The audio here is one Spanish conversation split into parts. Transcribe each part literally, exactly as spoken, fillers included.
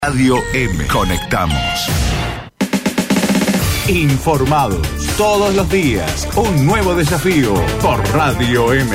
Radio M. Conectamos. Informados todos los días. Un nuevo desafío por Radio M.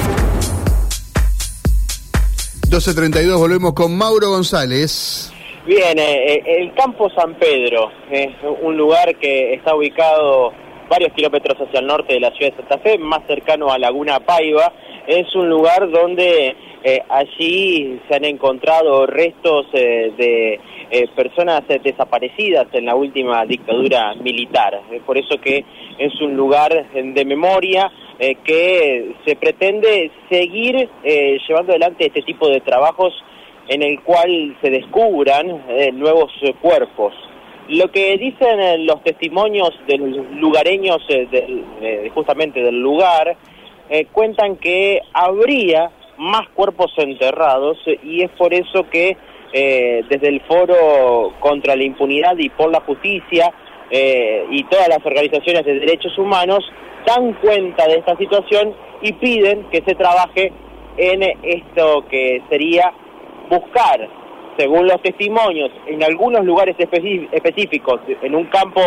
doce treinta y dos, volvemos con Mauro González. Bien, eh, el Campo San Pedro es un lugar que está ubicado varios kilómetros hacia el norte de la ciudad de Santa Fe, más cercano a Laguna Paiva. Es un lugar donde eh, allí se han encontrado restos eh, de eh, personas eh, desaparecidas en la última dictadura militar. Eh, por eso que es un lugar de memoria eh, que se pretende seguir eh, llevando adelante este tipo de trabajos en el cual se descubran eh, nuevos eh, cuerpos. Lo que dicen eh, los testimonios de los lugareños eh, de, eh, justamente del lugar, eh, cuentan que habría más cuerpos enterrados eh, y es por eso que eh, desde el Foro contra la Impunidad y por la Justicia eh, y todas las organizaciones de derechos humanos dan cuenta de esta situación y piden que se trabaje en esto que sería buscar, según los testimonios, en algunos lugares específicos, en un campo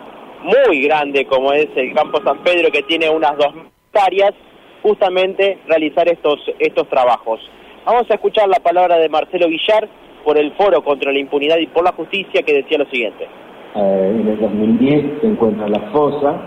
muy grande como es el Campo San Pedro, que tiene unas dos hectáreas, justamente realizar estos estos trabajos. Vamos a escuchar la palabra de Marcelo Villar por el Foro contra la Impunidad y por la Justicia, que decía lo siguiente. Eh, en el dos mil diez se encuentra la fosa,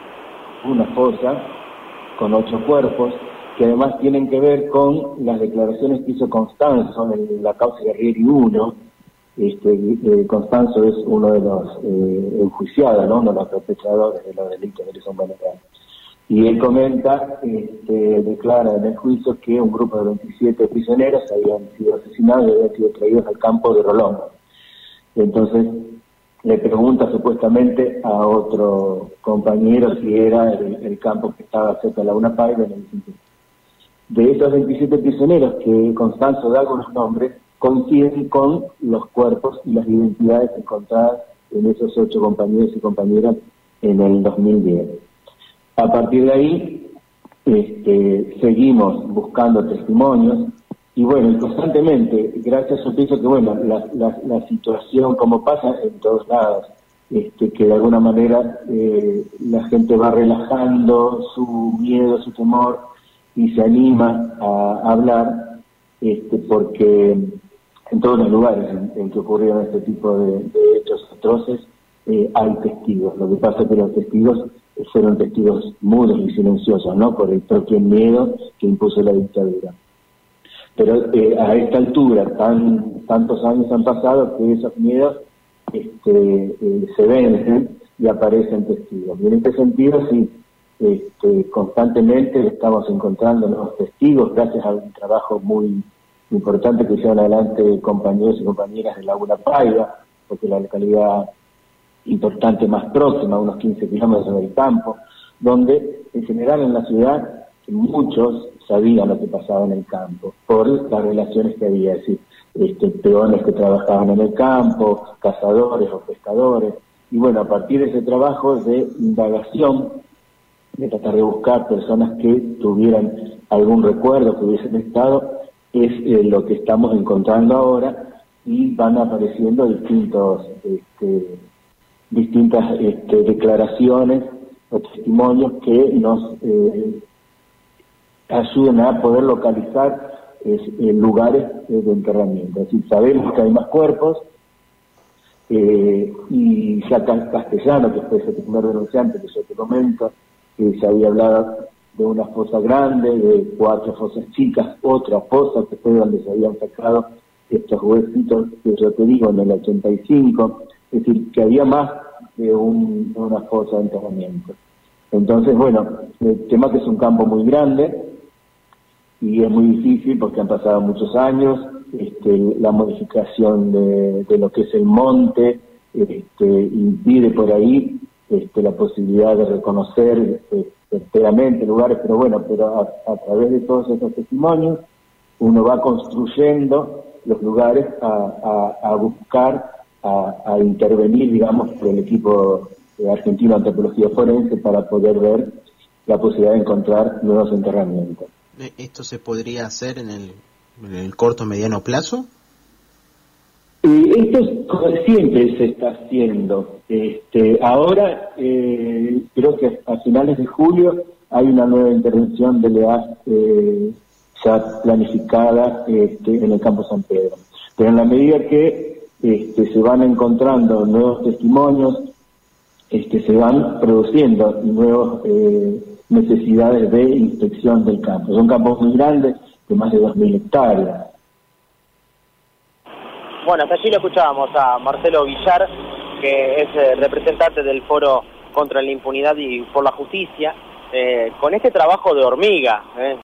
una fosa con ocho cuerpos, que además tienen que ver con las declaraciones que hizo Constanzo en la causa Guerrieri uno. Este, eh, Constanzo es uno de los eh, enjuiciados, ¿no? Uno de los perpetradores de los delitos de lesa humanidad. Y él comenta, este, declara en el juicio que un grupo de veintisiete prisioneros habían sido asesinados y habían sido traídos al campo de Rolón. Entonces le pregunta supuestamente a otro compañero si era el, el campo que estaba cerca de Laguna Paiva, y le dicen que de esos veintisiete prisioneros que Constanzo da algunos nombres, coinciden con los cuerpos y las identidades encontradas en esos ocho compañeros y compañeras en el dos mil diez. A partir de ahí, este, seguimos buscando testimonios, y bueno, y constantemente, gracias a eso que bueno, la, la, la situación, como pasa en todos lados, este, que de alguna manera eh, la gente va relajando su miedo, su temor, y se anima a, a hablar, este, porque en todos los lugares en, en que ocurrieron este tipo de, de hechos atroces eh, hay testigos. Lo que pasa es que los testigos fueron testigos mudos y silenciosos, ¿no? Por el propio miedo que impuso la dictadura. Pero eh, a esta altura, tan tantos años han pasado que esos miedos este, eh, se vencen y aparecen testigos. Y en este sentido, sí, este, constantemente estamos encontrando nuevos testigos gracias a un trabajo muy importante que hicieron adelante compañeros y compañeras de Laguna Paiva, porque la localidad importante más próxima, unos quince kilómetros del campo, donde en general en la ciudad muchos sabían lo que pasaba en el campo, por las relaciones que había, es decir, este, peones que trabajaban en el campo, cazadores o pescadores, y bueno, a partir de ese trabajo de indagación, de tratar de buscar personas que tuvieran algún recuerdo, que hubiesen estado, es eh, lo que estamos encontrando ahora, y van apareciendo distintos este, distintas este, declaraciones o testimonios que nos eh, ayudan a poder localizar es, eh, lugares eh, de enterramiento. Es decir, sabemos que hay más cuerpos, eh, y ya Castellano, que fue ese primer denunciante que yo te comento, que se había hablado de una fosa grande, de cuatro fosas chicas, otra fosa que fue donde se habían sacado estos huesitos que yo te digo en el ochenta y cinco, es decir, que había más de, un, de una fosa de enterramiento. Entonces, bueno, el tema que es un campo muy grande y es muy difícil porque han pasado muchos años, este, la modificación de, de lo que es el monte este, impide por ahí este, la posibilidad de reconocer este, enteramente lugares, pero bueno, pero a, a través de todos estos testimonios uno va construyendo los lugares a, a, a buscar, a, a intervenir, digamos, por el equipo argentino de antropología forense para poder ver la posibilidad de encontrar nuevos enterramientos. ¿Esto se podría hacer en el, en el corto o mediano plazo? Eh, esto es- siempre se está haciendo. Este, ahora, eh, creo que a finales de julio hay una nueva intervención del E A S eh, ya planificada este, en el campo San Pedro. Pero en la medida que este, se van encontrando nuevos testimonios, este, se van produciendo nuevas eh, necesidades de inspección del campo. Son campos muy grandes, de más de dos mil hectáreas. Bueno, hasta allí lo escuchábamos a Marcelo Villar, que es eh, representante del Foro contra la Impunidad y por la Justicia, eh, con este trabajo de hormiga, eh,